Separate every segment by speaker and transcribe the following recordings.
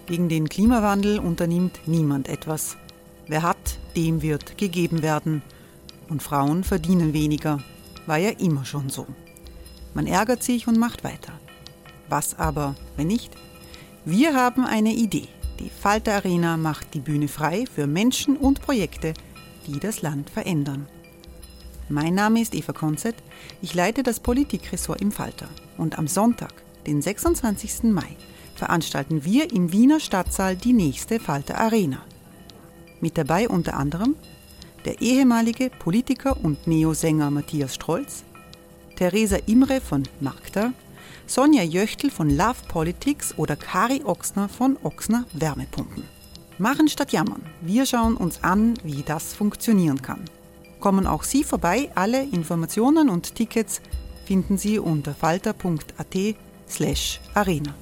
Speaker 1: Gegen den Klimawandel unternimmt niemand etwas. Wer hat, dem wird gegeben werden. Und Frauen verdienen weniger. War ja immer schon so. Man ärgert sich und macht weiter. Was aber, wenn nicht? Wir haben eine Idee. Die Falter Arena macht die Bühne frei für Menschen und Projekte, die das Land verändern. Mein Name ist Eva Konzett. Ich leite das Politikressort im Falter. Und am Sonntag, den 26. Mai, veranstalten wir im Wiener Stadtsaal die nächste Falter Arena. Mit dabei unter anderem der ehemalige Politiker und Neosänger Matthias Strolz, Theresa Imre von Magda, Sonja Jöchtl von Love Politics oder Kari Ochsner von Ochsner Wärmepumpen. Machen statt jammern. Wir schauen uns an, wie das funktionieren kann. Kommen auch Sie vorbei. Alle Informationen und Tickets finden Sie unter falter.at/arena.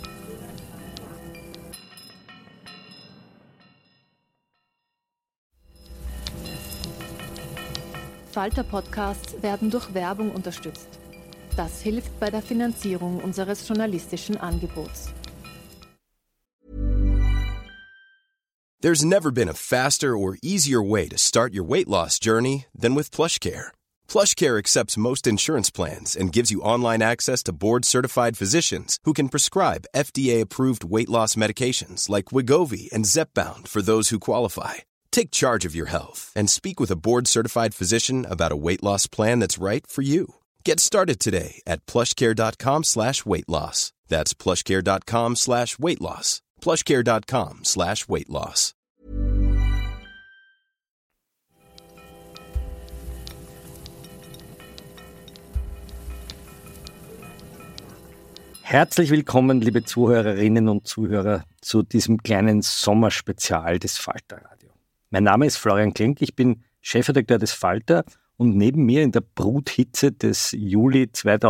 Speaker 2: Falter-Podcasts werden durch Werbung unterstützt. Das hilft bei der Finanzierung unseres journalistischen Angebots.
Speaker 3: There's never been a faster or easier way to start your weight loss journey than with PlushCare. PlushCare accepts most insurance plans and gives you online access to board-certified physicians who can prescribe FDA-approved weight loss medications like Wegovy and Zepbound for those who qualify. Take charge of your health and speak with a board-certified physician about a weight loss plan that's right for you. Get started today at plushcare.com/weight loss. That's plushcare.com/weight loss. plushcare.com/weight loss.
Speaker 4: Herzlich willkommen, liebe Zuhörerinnen und Zuhörer, zu diesem kleinen Sommerspezial des Falter-Radio. Mein Name ist Florian Klenk, ich bin Chefredakteur des Falter und neben mir in der Bruthitze des Juli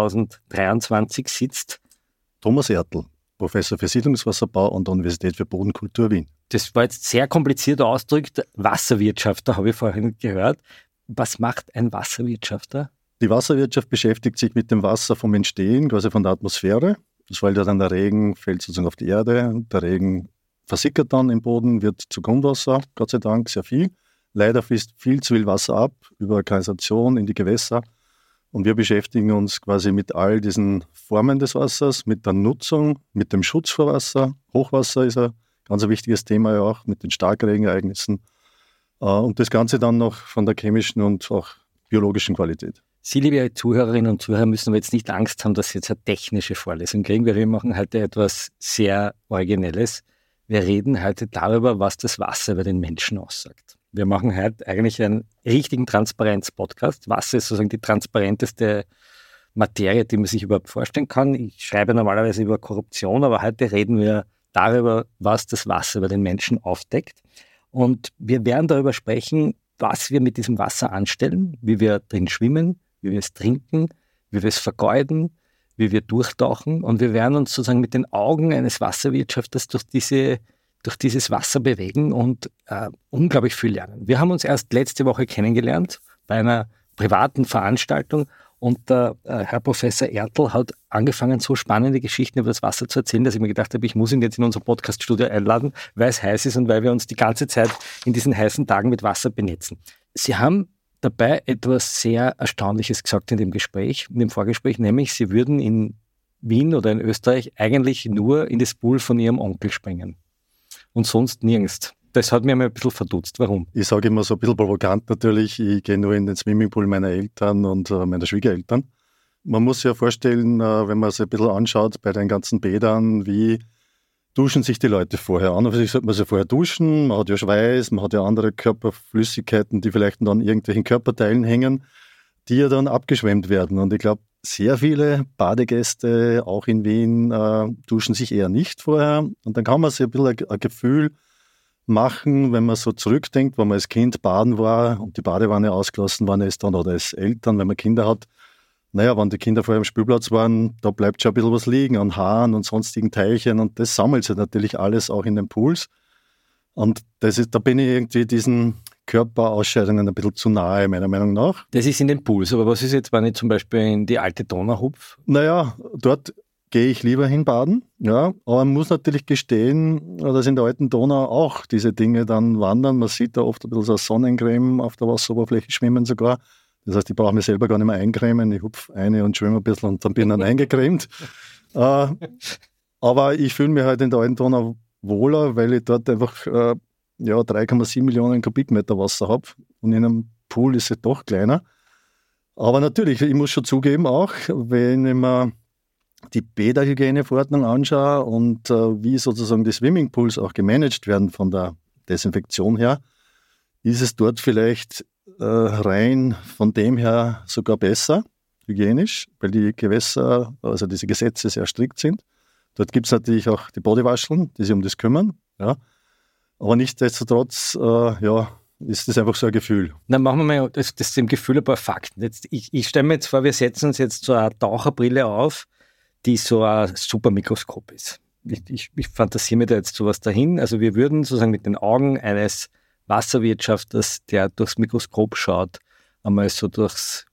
Speaker 4: 2023 sitzt
Speaker 5: Thomas Ertl, Professor für Siedlungswasserbau an der Universität für Bodenkultur Wien.
Speaker 4: Das war jetzt sehr kompliziert ausgedrückt. Wasserwirtschafter habe ich vorhin gehört. Was macht ein Wasserwirtschafter?
Speaker 5: Die Wasserwirtschaft beschäftigt sich mit dem Wasser vom Entstehen, quasi von der Atmosphäre. Das fällt ja dann, der Regen fällt sozusagen auf die Erde, der Regen versickert dann im Boden, wird zu Grundwasser, Gott sei Dank sehr viel. Leider fließt viel zu viel Wasser ab über Kanalisation in die Gewässer. Und wir beschäftigen uns quasi mit all diesen Formen des Wassers, mit der Nutzung, mit dem Schutz vor Wasser. Hochwasser ist ein ganz wichtiges Thema ja auch, mit den Starkregenereignissen. Und das Ganze dann noch von der chemischen und auch biologischen Qualität.
Speaker 4: Sie, liebe Zuhörerinnen und Zuhörer, müssen aber jetzt nicht Angst haben, dass Sie jetzt eine technische Vorlesung kriegen, weil wir machen heute etwas sehr Originelles. Wir reden heute darüber, was das Wasser über den Menschen aussagt. Wir machen heute eigentlich einen richtigen Transparenz-Podcast. Wasser ist sozusagen die transparenteste Materie, die man sich überhaupt vorstellen kann. Ich schreibe normalerweise über Korruption, aber heute reden wir darüber, was das Wasser über den Menschen aufdeckt. Und wir werden darüber sprechen, was wir mit diesem Wasser anstellen, wie wir drin schwimmen, wie wir es trinken, wie wir es vergeuden, wie wir durchtauchen. Und wir werden uns sozusagen mit den Augen eines Wasserwirtschafters durch dieses Wasser bewegen und unglaublich viel lernen. Wir haben uns erst letzte Woche kennengelernt bei einer privaten Veranstaltung und der Herr Professor Ertl hat angefangen, so spannende Geschichten über das Wasser zu erzählen, dass ich mir gedacht habe, ich muss ihn jetzt in unser Podcaststudio einladen, weil es heiß ist und weil wir uns die ganze Zeit in diesen heißen Tagen mit Wasser benetzen. Sie haben dabei etwas sehr Erstaunliches gesagt in dem Gespräch, in dem Vorgespräch, nämlich Sie würden in Wien oder in Österreich eigentlich nur in das Pool von Ihrem Onkel springen und sonst nirgends. Das hat mir mal ein bisschen verdutzt. Warum?
Speaker 5: Ich sage immer so ein bisschen provokant natürlich, ich gehe nur in den Swimmingpool meiner Eltern und meiner Schwiegereltern. Man muss sich ja vorstellen, wenn man sich ein bisschen anschaut bei den ganzen Bädern, wie duschen sich die Leute vorher an. Also sollte man sich vorher duschen, man hat ja Schweiß, man hat ja andere Körperflüssigkeiten, die vielleicht dann irgendwelchen Körperteilen hängen, die ja dann abgeschwemmt werden. Und ich glaube, sehr viele Badegäste, auch in Wien, duschen sich eher nicht vorher. Und dann kann man sich ein bisschen ein Gefühl machen, wenn man so zurückdenkt, wo man als Kind baden war und die Badewanne ausgelassen worden ist dann, oder als Eltern, wenn man Kinder hat. Naja, wenn die Kinder vorher am Spielplatz waren, da bleibt schon ein bisschen was liegen an Haaren und sonstigen Teilchen und das sammelt sich natürlich alles auch in den Pools. Und da bin ich irgendwie diesen Körperausscheidungen ein bisschen zu nahe, meiner Meinung nach.
Speaker 4: Das ist in den Pools, aber was ist jetzt, wenn ich zum Beispiel in die alte Donau hupf?
Speaker 5: Naja, dort gehe ich lieber hin baden. Ja, aber man muss natürlich gestehen, dass in der alten Donau auch diese Dinge dann wandern. Man sieht da oft ein bisschen so Sonnencreme auf der Wasseroberfläche schwimmen sogar. Das heißt, ich brauche mich selber gar nicht mehr eincremen. Ich hupfe eine und schwimme ein bisschen und dann bin ich dann eingecremt. Aber ich fühle mich halt in der alten Donau wohler, weil ich dort einfach 3,7 Millionen Kubikmeter Wasser habe. Und in einem Pool ist es doch kleiner. Aber natürlich, ich muss schon zugeben auch, wenn ich mir die Bäderhygieneverordnung anschaue und wie sozusagen die Swimmingpools auch gemanagt werden von der Desinfektion her, ist es dort vielleicht rein von dem her sogar besser, hygienisch, weil die Gewässer, also diese Gesetze sehr strikt sind. Dort gibt es natürlich auch die Bodywascheln, die sich um das kümmern. Ja. Aber nichtsdestotrotz, ist das einfach so ein Gefühl.
Speaker 4: Dann machen wir mal das dem Gefühl ein paar Fakten. Jetzt, ich stelle mir jetzt vor, wir setzen uns jetzt so eine Taucherbrille auf, die so ein Supermikroskop ist. Ich fantasiere mir da jetzt sowas dahin. Also wir würden sozusagen mit den Augen eines Wasserwirtschafters, der durchs Mikroskop schaut, einmal so durchs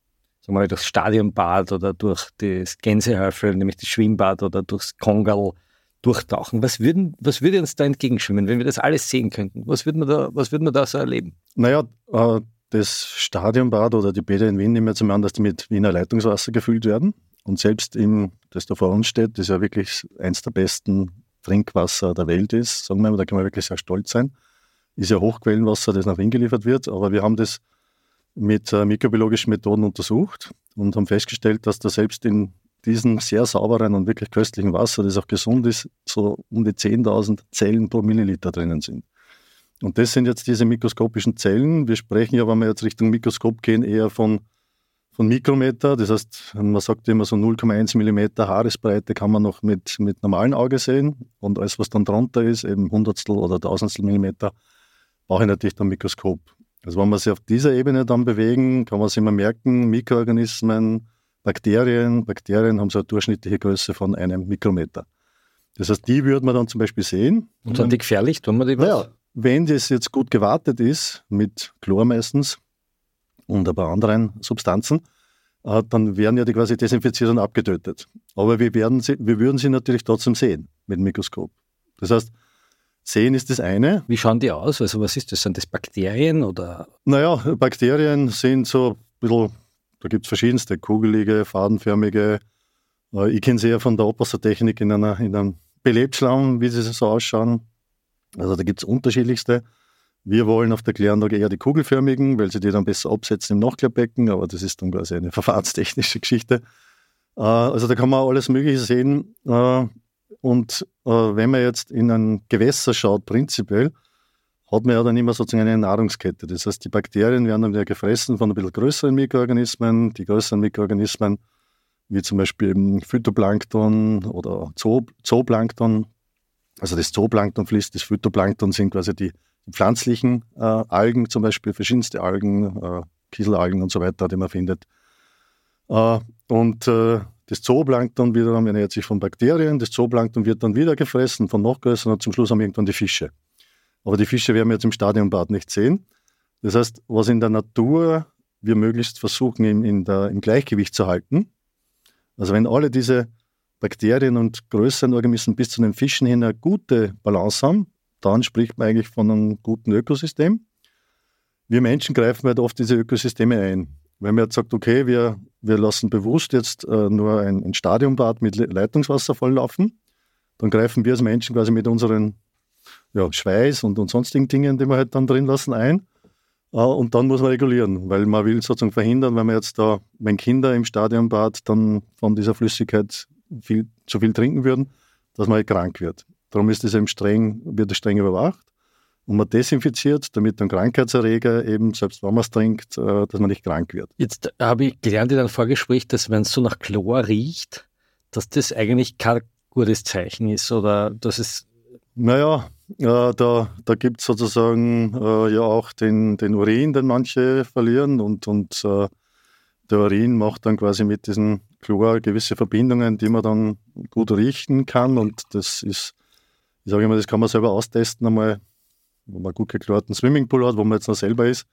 Speaker 4: Stadionbad oder durch das Gänsehäufel, nämlich das Schwimmbad oder durchs Kongerl durchtauchen. Was würde uns da entgegenschwimmen, wenn wir das alles sehen könnten? Was würden wir da so erleben?
Speaker 5: Naja, das Stadionbad oder die Bäder in Wien nehmen wir jetzt mal an, dass die mit Wiener Leitungswasser gefüllt werden. Und selbst das da vor uns steht, das ja wirklich eins der besten Trinkwasser der Welt ist, sagen wir mal, da kann man wirklich sehr stolz sein. Ist ja Hochquellenwasser, das nach Wien geliefert wird, aber wir haben das mit mikrobiologischen Methoden untersucht und haben festgestellt, dass da selbst in diesem sehr sauberen und wirklich köstlichen Wasser, das auch gesund ist, so um die 10.000 Zellen pro Milliliter drinnen sind. Und das sind jetzt diese mikroskopischen Zellen. Wir sprechen ja, wenn wir jetzt Richtung Mikroskop gehen, eher von Mikrometer. Das heißt, man sagt immer so 0,1 Millimeter Haaresbreite kann man noch mit normalem Auge sehen. Und alles, was dann drunter ist, eben Hundertstel oder Tausendstel Millimeter, brauche ich natürlich dann Mikroskop. Also wenn wir sich auf dieser Ebene dann bewegen, kann man sich immer merken, Mikroorganismen, Bakterien haben so eine durchschnittliche Größe von einem Mikrometer. Das heißt, die würde man dann zum Beispiel sehen.
Speaker 4: Und sind die gefährlich? Tun wir die was?
Speaker 5: Ja, wenn das jetzt gut gewartet ist, mit Chlor meistens und ein paar anderen Substanzen, dann werden ja die quasi desinfiziert und abgetötet. Aber wir würden sie natürlich trotzdem sehen mit dem Mikroskop. Das heißt, sehen ist das eine.
Speaker 4: Wie schauen die aus? Also was ist das? Sind das Bakterien oder?
Speaker 5: Naja, Bakterien sind so ein bisschen, da gibt es verschiedenste, kugelige, fadenförmige. Ich kenne sie ja von der Abwassertechnik in einem Belebtschlamm, wie sie so ausschauen. Also da gibt es unterschiedlichste. Wir wollen auf der Kläranlage eher die kugelförmigen, weil sie die dann besser absetzen im Nachklappbecken, aber das ist dann quasi eine verfahrenstechnische Geschichte. Also da kann man alles Mögliche sehen. Und wenn man jetzt in ein Gewässer schaut, prinzipiell, hat man ja dann immer sozusagen eine Nahrungskette. Das heißt, die Bakterien werden dann wieder gefressen von ein bisschen größeren Mikroorganismen. Die größeren Mikroorganismen, wie zum Beispiel Phytoplankton oder Zooplankton. Also das Zooplankton fließt, das Phytoplankton sind quasi die pflanzlichen Algen, zum Beispiel verschiedenste Algen, Kieselalgen und so weiter, die man findet. Und das Zooplankton wiederum ernährt sich von Bakterien. Das Zooplankton wird dann wieder gefressen von noch größeren und zum Schluss haben wir irgendwann die Fische. Aber die Fische werden wir jetzt im Stadionbad nicht sehen. Das heißt, was in der Natur wir möglichst versuchen im Gleichgewicht zu halten. Also wenn alle diese Bakterien und größeren Organismen bis zu den Fischen hin eine gute Balance haben, dann spricht man eigentlich von einem guten Ökosystem. Wir Menschen greifen halt oft diese Ökosysteme ein. Wenn man jetzt sagt, okay, wir lassen bewusst jetzt nur ein Stadionbad mit Leitungswasser volllaufen, dann greifen wir als Menschen quasi mit unseren Schweiß und sonstigen Dingen, die wir halt dann drin lassen, ein. Und dann muss man regulieren, weil man will sozusagen verhindern, wenn Kinder im Stadionbad dann von dieser Flüssigkeit zu viel trinken würden, dass man halt krank wird. Darum ist das eben wird das streng überwacht und man desinfiziert, damit dann Krankheitserreger eben, selbst wenn man es trinkt, dass man nicht krank wird.
Speaker 4: Jetzt habe ich gelernt in einem Vorgespräch, dass wenn es so nach Chlor riecht, dass das eigentlich kein gutes Zeichen ist oder dass es...
Speaker 5: Naja, da gibt es sozusagen auch den Urin, den manche verlieren und der Urin macht dann quasi mit diesem Chlor gewisse Verbindungen, die man dann gut riechen kann und das ist, ich sage immer, das kann man selber austesten einmal, wenn man gut geklorten Swimmingpool hat, wo man jetzt noch selber ist,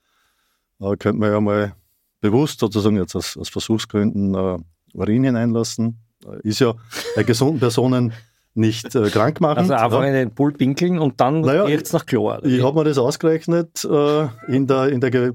Speaker 5: könnte man ja mal bewusst sozusagen jetzt aus Versuchsgründen Urin hineinlassen ist ja bei gesunden Personen nicht krank machen.
Speaker 4: Also einfach in den Pool pinkeln und dann riecht es nach Chlor.
Speaker 5: Ich habe mir das ausgerechnet. In der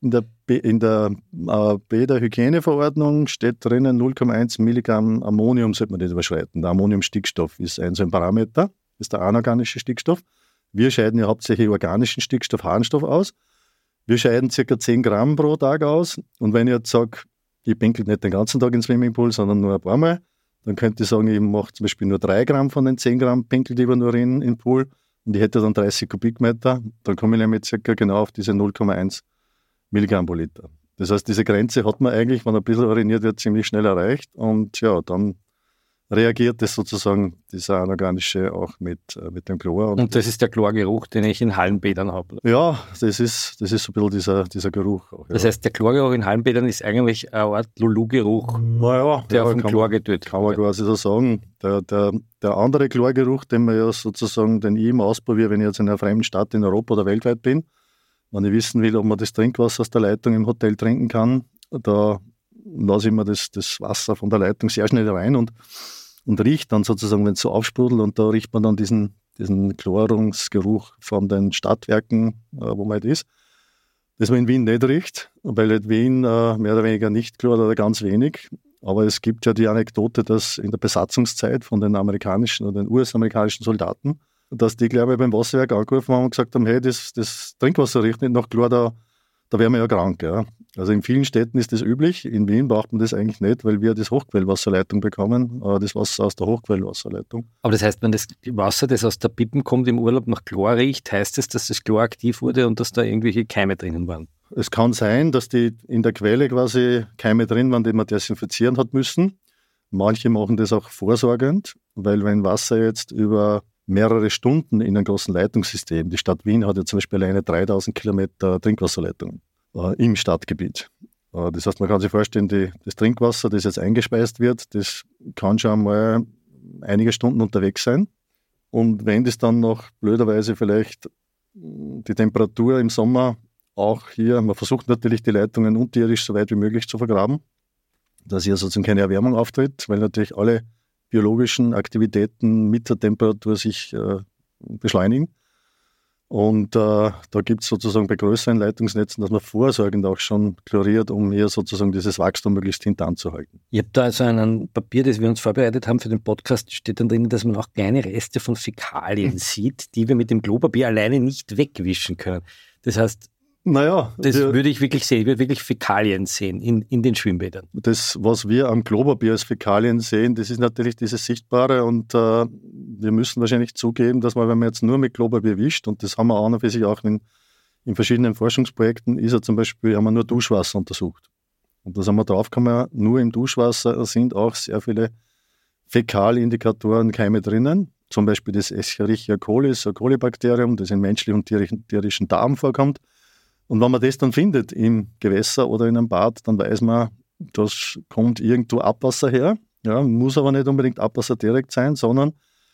Speaker 5: Bäderhygieneverordnung steht drinnen 0,1 Milligramm Ammonium sollte man nicht überschreiten. Der Ammoniumstickstoff ist so ein Parameter, ist der anorganische Stickstoff. Wir scheiden ja hauptsächlich organischen Stickstoff, Harnstoff aus. Wir scheiden ca. 10 Gramm pro Tag aus. Und wenn ich jetzt sage, ich pinkel nicht den ganzen Tag ins Swimmingpool, sondern nur ein paar Mal, dann könnte ich sagen, ich mache zum Beispiel nur 3 Gramm von den 10 Gramm Pinkel lieber nur in den Pool und ich hätte dann 30 Kubikmeter. Dann komme ich nämlich circa genau auf diese 0,1 Milligramm pro Liter. Das heißt, diese Grenze hat man eigentlich, wenn ein bisschen uriniert wird, ziemlich schnell erreicht und ja, dann reagiert das sozusagen, dieser anorganische auch mit dem Chlor.
Speaker 4: Und das ist der Chlorgeruch, den ich in Hallenbädern habe.
Speaker 5: Ja, das ist so ein bisschen dieser Geruch. Auch, ja.
Speaker 4: Das heißt, der Chlorgeruch in Hallenbädern ist eigentlich eine Art Lulu-Geruch, der auf dem Chlor getötet
Speaker 5: kann man quasi so sagen. Der andere Chlorgeruch, den ich immer ausprobiere, wenn ich jetzt in einer fremden Stadt in Europa oder weltweit bin, wenn ich wissen will, ob man das Trinkwasser aus der Leitung im Hotel trinken kann, da lasse ich mir das Wasser von der Leitung sehr schnell rein und riecht dann sozusagen, wenn es so aufsprudelt und da riecht man dann diesen Chlorungsgeruch von den Stadtwerken, wo man halt ist. Das man in Wien nicht riecht, weil in Wien mehr oder weniger nicht Chlor oder ganz wenig. Aber es gibt ja die Anekdote, dass in der Besatzungszeit von den amerikanischen oder den US-amerikanischen Soldaten, dass die, glaube ich, beim Wasserwerk angerufen haben und gesagt haben, hey, das Trinkwasser riecht nicht nach Chlor, da wären wir ja krank. Ja. Also in vielen Städten ist das üblich, in Wien braucht man das eigentlich nicht, weil wir das Hochquellwasserleitung bekommen, das Wasser aus der Hochquellwasserleitung.
Speaker 4: Aber das heißt, wenn das Wasser, das aus der Pippen kommt, im Urlaub nach Chlor riecht, heißt es, dass das Chlor aktiv wurde und dass da irgendwelche Keime drinnen waren?
Speaker 5: Es kann sein, dass die in der Quelle quasi Keime drin waren, die man desinfizieren hat müssen. Manche machen das auch vorsorgend, weil wenn Wasser jetzt über mehrere Stunden in einem großen Leitungssystem, die Stadt Wien hat ja zum Beispiel alleine 3000 Kilometer Trinkwasserleitung im Stadtgebiet. Das heißt, man kann sich vorstellen, das Trinkwasser, das jetzt eingespeist wird, das kann schon mal einige Stunden unterwegs sein. Und wenn das dann noch blöderweise vielleicht die Temperatur im Sommer auch hier, man versucht natürlich die Leitungen unterirdisch so weit wie möglich zu vergraben, dass hier sozusagen keine Erwärmung auftritt, weil natürlich alle biologischen Aktivitäten mit der Temperatur sich beschleunigen. Und da gibt es sozusagen bei größeren Leitungsnetzen, dass man vorsorgend auch schon chloriert, um hier sozusagen dieses Wachstum möglichst hintanzuhalten.
Speaker 4: Ich habe da also ein Papier, das wir uns vorbereitet haben für den Podcast, steht dann drin, dass man auch kleine Reste von Fäkalien sieht, die wir mit dem Klopapier alleine nicht wegwischen können. Das heißt, das würde ich wirklich sehen. Ich würde wirklich Fäkalien sehen in den Schwimmbädern. Das,
Speaker 5: was wir am Klopapier als Fäkalien sehen, das ist natürlich dieses Sichtbare und wir müssen wahrscheinlich zugeben, dass man, wenn man jetzt nur mit Klopapier wischt, und das haben wir auch noch für sich auch in verschiedenen Forschungsprojekten, ist ja zum Beispiel, haben wir nur Duschwasser untersucht. Und da sind wir draufgekommen, nur im Duschwasser sind auch sehr viele Fäkalindikatoren, Keime drinnen. Zum Beispiel das Escherichia coli, so ein Kolibakterium, das in menschlichen und tierischen Darm vorkommt. Und wenn man das dann findet im Gewässer oder in einem Bad, dann weiß man, das kommt irgendwo Abwasser her. Ja, muss aber nicht unbedingt Abwasser direkt sein, sondern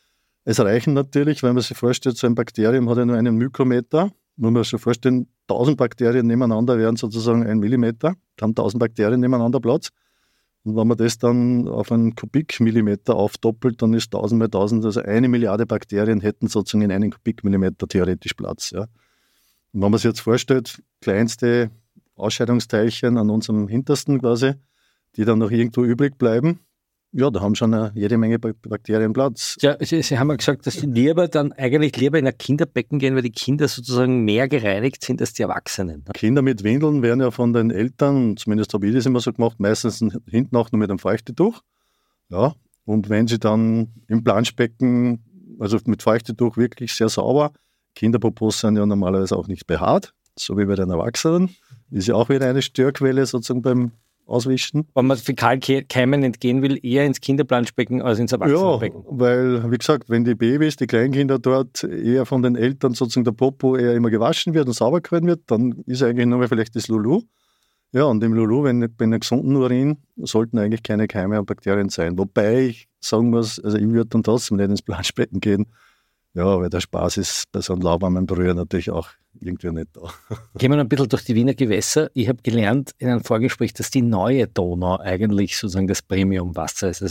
Speaker 5: es reichen natürlich, wenn man sich vorstellt, so ein Bakterium hat ja nur einen Mikrometer. Muss man sich vorstellen, 1000 Bakterien nebeneinander wären sozusagen 1 Millimeter. Da haben 1000 Bakterien nebeneinander Platz. Und wenn man das dann auf einen Kubikmillimeter aufdoppelt, dann ist 1000 mal 1000, also 1 Milliarde Bakterien hätten sozusagen in einem Kubikmillimeter theoretisch Platz. Ja. Und wenn man sich jetzt vorstellt, kleinste Ausscheidungsteilchen an unserem Hintersten quasi, die dann noch irgendwo übrig bleiben, ja, da haben schon jede Menge Bakterien Platz. Ja, Sie haben ja gesagt, dass Sie lieber in ein Kinderbecken gehen, weil die Kinder sozusagen mehr gereinigt sind als die Erwachsenen. Kinder mit Windeln werden ja von den Eltern, zumindest habe ich das immer so gemacht, meistens hinten auch nur mit einem Feuchtetuch. Ja, und wenn sie dann im Planschbecken, also mit Feuchtetuch wirklich sehr sauber, Kinderpopos sind ja normalerweise auch nicht behaart, so wie bei den Erwachsenen. Ist ja auch wieder eine Störquelle sozusagen beim Auswischen. Wenn man Fäkalkeimen entgehen will, eher ins Kinderplanschbecken als ins Erwachsenenbecken. Ja, weil, wie gesagt, wenn die Babys, die Kleinkinder dort eher von den Eltern sozusagen der Popo eher immer gewaschen wird und sauber gehalten wird, dann ist eigentlich nur mehr vielleicht das Lulu. Ja, und im Lulu, bei einem gesunden Urin, sollten eigentlich keine Keime und Bakterien sein. Wobei ich sagen muss, also ich würde dann trotzdem nicht ins Planschbecken gehen. Ja, weil der Spaß ist bei so einem lauwarmen Brühe natürlich auch irgendwie nicht da. Gehen wir noch ein bisschen durch die Wiener Gewässer. Ich habe gelernt in einem Vorgespräch, dass die neue Donau eigentlich sozusagen das Premiumwasser ist. Also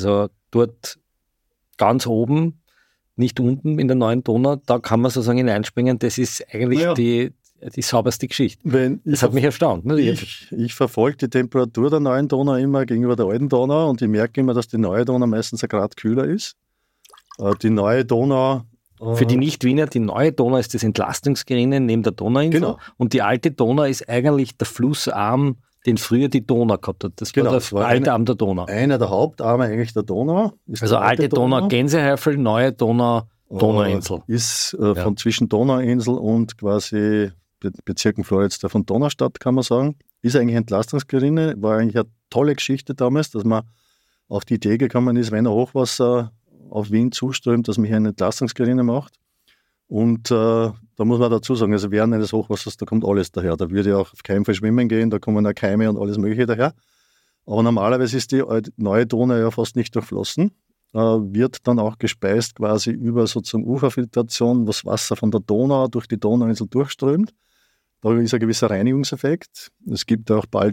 Speaker 4: dort ganz oben, nicht unten in der neuen Donau, da kann man sozusagen hineinspringen. Das ist eigentlich die sauberste Geschichte. Das hat mich erstaunt. Ne?
Speaker 5: Ich verfolge die Temperatur der neuen Donau immer gegenüber der alten Donau und ich merke immer, dass die neue Donau meistens ein Grad kühler ist. Die neue Donau...
Speaker 4: Für die Nicht-Wiener, die neue Donau ist das Entlastungsgerinne neben der Donauinsel.
Speaker 5: Genau.
Speaker 4: Und die alte Donau ist eigentlich der Flussarm, den früher die Donau gehabt hat. Das war der alte Arm der Donau.
Speaker 5: Einer der Hauptarme eigentlich der Donau.
Speaker 4: Also alte Donau, Gänsehäufel, neue Donau, Donauinsel.
Speaker 5: Ist von zwischen Donauinsel und quasi Bezirken Floridsdorf von Donaustadt, kann man sagen. Ist eigentlich Entlastungsgerinne, war eigentlich eine tolle Geschichte damals, dass man auf die Idee gekommen ist, wenn ein Hochwasser auf Wien zuströmt, dass man hier eine Entlastungsgerinne macht. Und da muss man dazu sagen, also während eines Hochwassers, da kommt alles daher. Da würde ich auch auf keinen Fall schwimmen gehen, da kommen auch Keime und alles Mögliche daher. Aber normalerweise ist die neue Donau ja fast nicht durchflossen, wird dann auch gespeist quasi über sozusagen Uferfiltration, wo das Wasser von der Donau durch die Donauinsel durchströmt. Da ist ein gewisser Reinigungseffekt. Es gibt auch bald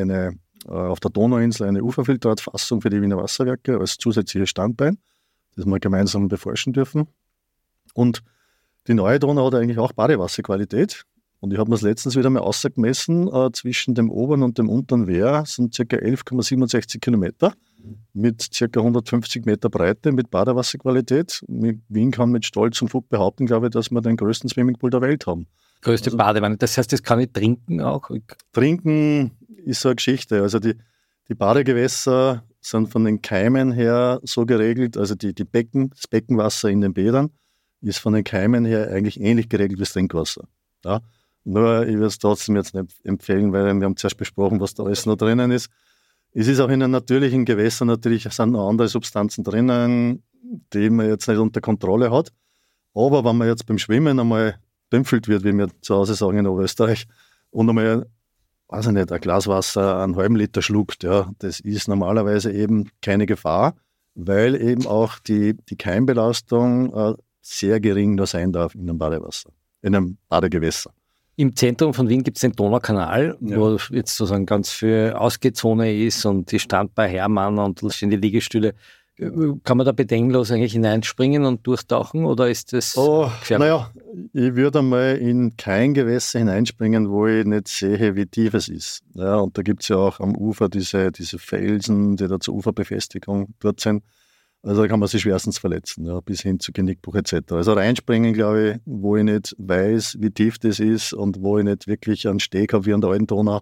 Speaker 5: auf der Donauinsel eine Uferfiltratfassung für die Wiener Wasserwerke als zusätzliches Standbein, das wir gemeinsam beforschen dürfen. Und die neue Donau hat eigentlich auch Badewasserqualität. Und ich habe mir das letztens wieder mal ausgemessen, zwischen dem oberen und dem unteren Wehr sind ca. 11,67 Kilometer mit ca. 150 Meter Breite mit Badewasserqualität. Wien kann mit Stolz und Fug behaupten, glaube ich, dass wir den größten Swimmingpool der Welt haben.
Speaker 4: Größte Badewanne. Das heißt, das kann ich trinken auch?
Speaker 5: Trinken ist so eine Geschichte. Also die Badegewässer sind von den Keimen her so geregelt, also das Beckenwasser in den Bädern ist von den Keimen her eigentlich ähnlich geregelt wie das Trinkwasser. Ja? Nur, ich würde es trotzdem jetzt nicht empfehlen, weil wir haben zuerst besprochen, was da alles noch drinnen ist. Es ist auch in den natürlichen Gewässern natürlich, sind noch andere Substanzen drinnen, die man jetzt nicht unter Kontrolle hat. Aber wenn man jetzt beim Schwimmen einmal dümpfelt wird, wie wir zu Hause sagen in Oberösterreich, und einmal, weiß ich nicht, ein Glas Wasser einen halben Liter schluckt, ja, das ist normalerweise eben keine Gefahr, weil eben auch die Keimbelastung sehr gering nur sein darf in einem Badegewässer.
Speaker 4: Im Zentrum von Wien gibt es den Donaukanal, wo jetzt sozusagen ganz viel Ausgehzone ist und die Strandbar Hermann und da stehen die Liegestühle. Kann man da bedenkenlos eigentlich hineinspringen und durchtauchen oder ist das gefährlich?
Speaker 5: Naja, ich würde einmal in kein Gewässer hineinspringen, wo ich nicht sehe, wie tief es ist. Ja, und da gibt es ja auch am Ufer diese Felsen, die da zur Uferbefestigung dort sind. Also da kann man sich schwerstens verletzen, ja, bis hin zu Genickbruch etc. Also reinspringen, glaube ich, wo ich nicht weiß, wie tief das ist und wo ich nicht wirklich einen Steg habe wie an der alten Donau,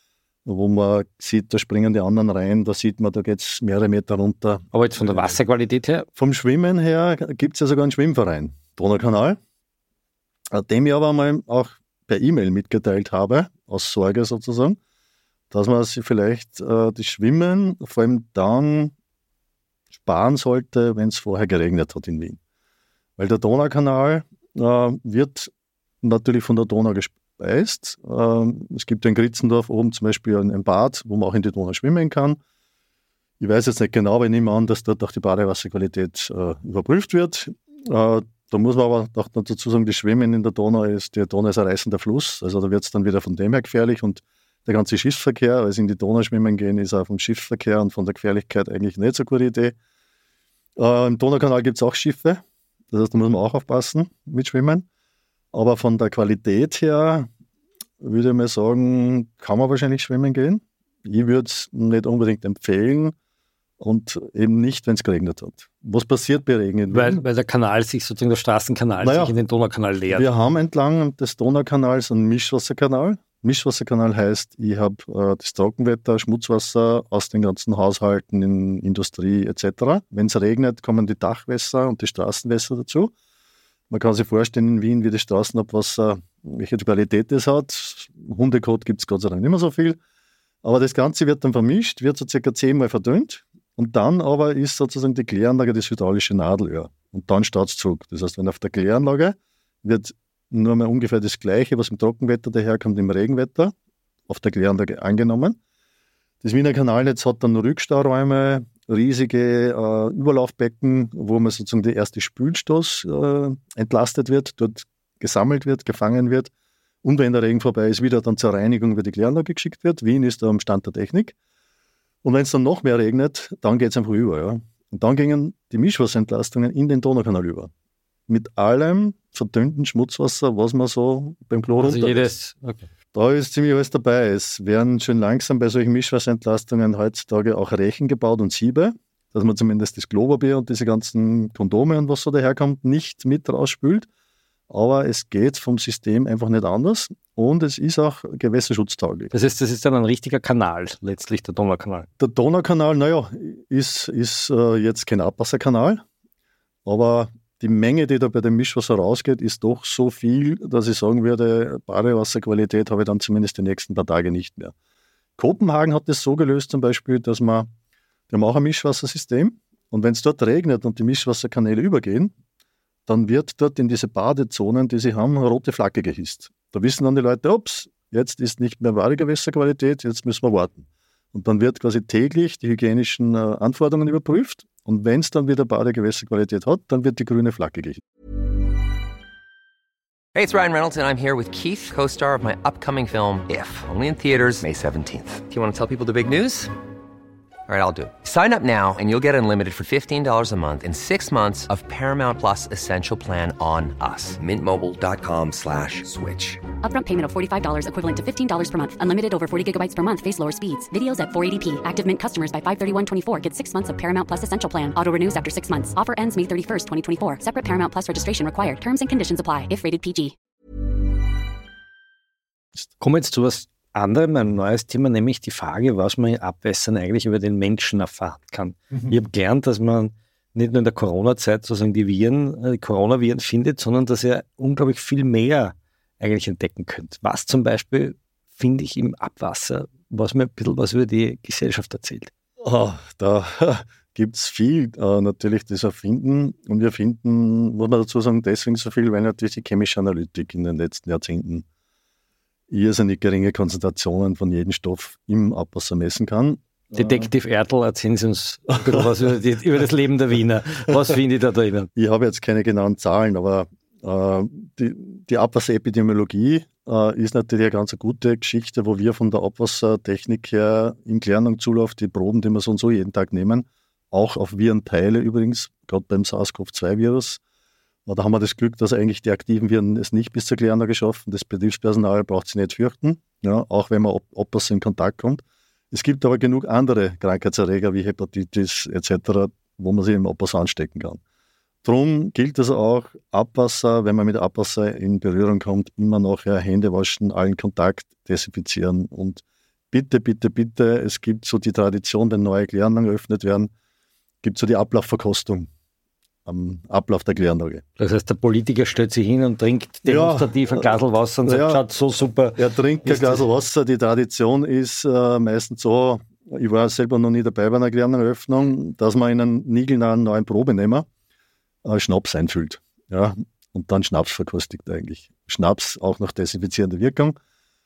Speaker 5: wo man sieht, da springen die anderen rein, da sieht man, da geht es mehrere Meter runter.
Speaker 4: Aber jetzt von der Wasserqualität her?
Speaker 5: Vom Schwimmen her gibt es ja sogar einen Schwimmverein, Donaukanal, dem ich aber mal auch per E-Mail mitgeteilt habe, aus Sorge sozusagen, dass man sich vielleicht das Schwimmen vor allem dann sparen sollte, wenn es vorher geregnet hat in Wien. Weil der Donaukanal wird natürlich von der Donau gespeist. Es gibt in Gritzendorf oben zum Beispiel ein Bad, wo man auch in die Donau schwimmen kann. Ich weiß jetzt nicht genau, aber ich nehme an, dass dort auch die Badewasserqualität überprüft wird. Da muss man aber auch dazu sagen, das Schwimmen in der Donau ist ein reißender Fluss, also da wird es dann wieder von dem her gefährlich und der ganze Schiffsverkehr, also in die Donau schwimmen gehen, ist auch vom Schiffsverkehr und von der Gefährlichkeit eigentlich nicht so eine gute Idee. Im Donaukanal gibt es auch Schiffe, das heißt, da muss man auch aufpassen mit Schwimmen. Aber von der Qualität her würde ich mal sagen, kann man wahrscheinlich schwimmen gehen. Ich würde es nicht unbedingt empfehlen und eben nicht, wenn es geregnet hat. Was passiert bei Regen?
Speaker 4: Weil der Kanal sich sozusagen, der Straßenkanal sich in den Donaukanal leert.
Speaker 5: Wir haben entlang des Donaukanals einen Mischwasserkanal. Mischwasserkanal heißt, ich habe das Trockenwetter, Schmutzwasser aus den ganzen Haushalten, in Industrie etc. Wenn es regnet, kommen die Dachwässer und die Straßenwässer dazu. Man kann sich vorstellen in Wien, wie das Straßenabwasser, welche Qualität es hat. Hundekot gibt es Gott sei Dank nicht mehr so viel. Aber das Ganze wird dann vermischt, wird so circa 10-mal verdünnt und dann aber ist sozusagen die Kläranlage das hydraulische Nadelöhr. Und dann startet es zurück. Das heißt, wenn auf der Kläranlage wird nur mal ungefähr das Gleiche, was im Trockenwetter daherkommt, im Regenwetter, auf der Kläranlage angenommen. Das Wiener Kanalnetz hat dann Rückstauräume, riesige Überlaufbecken, wo man sozusagen der erste Spülstoß entlastet wird, dort gesammelt wird, gefangen wird und wenn der Regen vorbei ist, wieder dann zur Reinigung über die Kläranlage geschickt wird. Wien ist da am Stand der Technik. Und wenn es dann noch mehr regnet, dann geht es einfach über. Ja. Und dann gingen die Mischwasserentlastungen in den Donaukanal über. Mit allem verdünnten Schmutzwasser, was man so beim Klo runter...
Speaker 4: Okay.
Speaker 5: Da ist ziemlich alles dabei. Es werden schön langsam bei solchen Mischwasserentlastungen heutzutage auch Rechen gebaut und Siebe, dass man zumindest das Klopapier und diese ganzen Kondome und was so daherkommt, nicht mit rausspült. Aber es geht vom System einfach nicht anders und es ist auch gewässerschutztauglich.
Speaker 4: Das heißt, das ist dann ein richtiger Kanal, letztlich der Donaukanal.
Speaker 5: Der Donaukanal, ist jetzt kein Abwasserkanal, aber die Menge, die da bei dem Mischwasser rausgeht, ist doch so viel, dass ich sagen würde, Badewasserqualität habe ich dann zumindest die nächsten paar Tage nicht mehr. Kopenhagen hat das so gelöst zum Beispiel, dass die haben auch ein Mischwassersystem und wenn es dort regnet und die Mischwasserkanäle übergehen, dann wird dort in diese Badezonen, die sie haben, eine rote Flagge gehisst. Da wissen dann die Leute, ups, jetzt ist nicht mehr wahre Gewässerqualität, jetzt müssen wir warten. Und dann wird quasi täglich die hygienischen Anforderungen überprüft und wenn es dann wieder Badegewässerqualität hat, dann wird die grüne Flagge gehisst.
Speaker 6: Hey, it's Ryan Reynolds and I'm here with Keith, co-star of my upcoming film, If, only in theaters May 17th. Do you want to tell people the big news? All right, I'll do it. Sign up now and you'll get unlimited for $15 a month and 6 months of Paramount Plus Essential Plan on us. MintMobile.com/switch.
Speaker 7: Upfront payment of $45 equivalent to $15 per month. Unlimited over 40 gigabytes per month. Face lower speeds. Videos at 480p. Active Mint customers by 531.24 get 6 months of Paramount Plus Essential Plan. Auto renews after 6 months. Offer ends May 31st, 2024. Separate Paramount Plus registration required. Terms and conditions apply if rated PG.
Speaker 4: Kommen wir jetzt zu was anderem, ein neues Thema, nämlich die Frage, was man in Abwässern eigentlich über den Menschen erfahren kann. Ich habe gelernt, dass man nicht nur in der Corona-Zeit sozusagen die Coronaviren findet, sondern dass ihr unglaublich viel mehr eigentlich entdecken könnt. Was zum Beispiel finde ich im Abwasser, was mir ein bisschen was über die Gesellschaft erzählt.
Speaker 5: Da gibt es viel natürlich, das Erfinden. Und wir finden, muss man dazu sagen, deswegen so viel, weil natürlich die chemische Analytik in den letzten Jahrzehnten irrsinnig geringe Konzentrationen von jedem Stoff im Abwasser messen kann.
Speaker 4: Detektiv Ertl, erzählen Sie uns ein bisschen was über das Leben der Wiener. Was finde ich da drinnen?
Speaker 5: Ich habe jetzt keine genauen Zahlen, aber die Abwasserepidemiologie ist natürlich eine ganz gute Geschichte, wo wir von der Abwassertechnik her im Klärung-Zulauf die Proben, die wir so und so jeden Tag nehmen, auch auf Virenteile übrigens, gerade beim SARS-CoV-2-Virus. Da haben wir das Glück, dass eigentlich die aktiven Viren es nicht bis zur Klärung geschaffen. Das Betriebspersonal braucht sich nicht fürchten, ja, auch wenn man Abwasser in Kontakt kommt. Es gibt aber genug andere Krankheitserreger wie Hepatitis etc., wo man sich im Abwasser anstecken kann. Darum gilt es auch, Abwasser, wenn man mit Abwasser in Berührung kommt, immer nachher Hände waschen, allen Kontakt desinfizieren und bitte, bitte, bitte, es gibt so die Tradition, wenn neue Kläranlagen eröffnet werden, gibt es so die Ablaufverkostung am Ablauf der Kläranlage.
Speaker 4: Das heißt, der Politiker stellt sich hin und trinkt demonstrativ ein Glas Wasser und sagt, schaut so super.
Speaker 5: Er trinkt ein Glas Wasser. Die Tradition ist meistens so, ich war selber noch nie dabei bei einer Kläranlageneröffnung, dass man in einen niegelnahen neuen Probenehmer Schnaps einfüllt. Ja, und dann Schnaps verkostigt eigentlich. Schnaps auch noch desinfizierende Wirkung.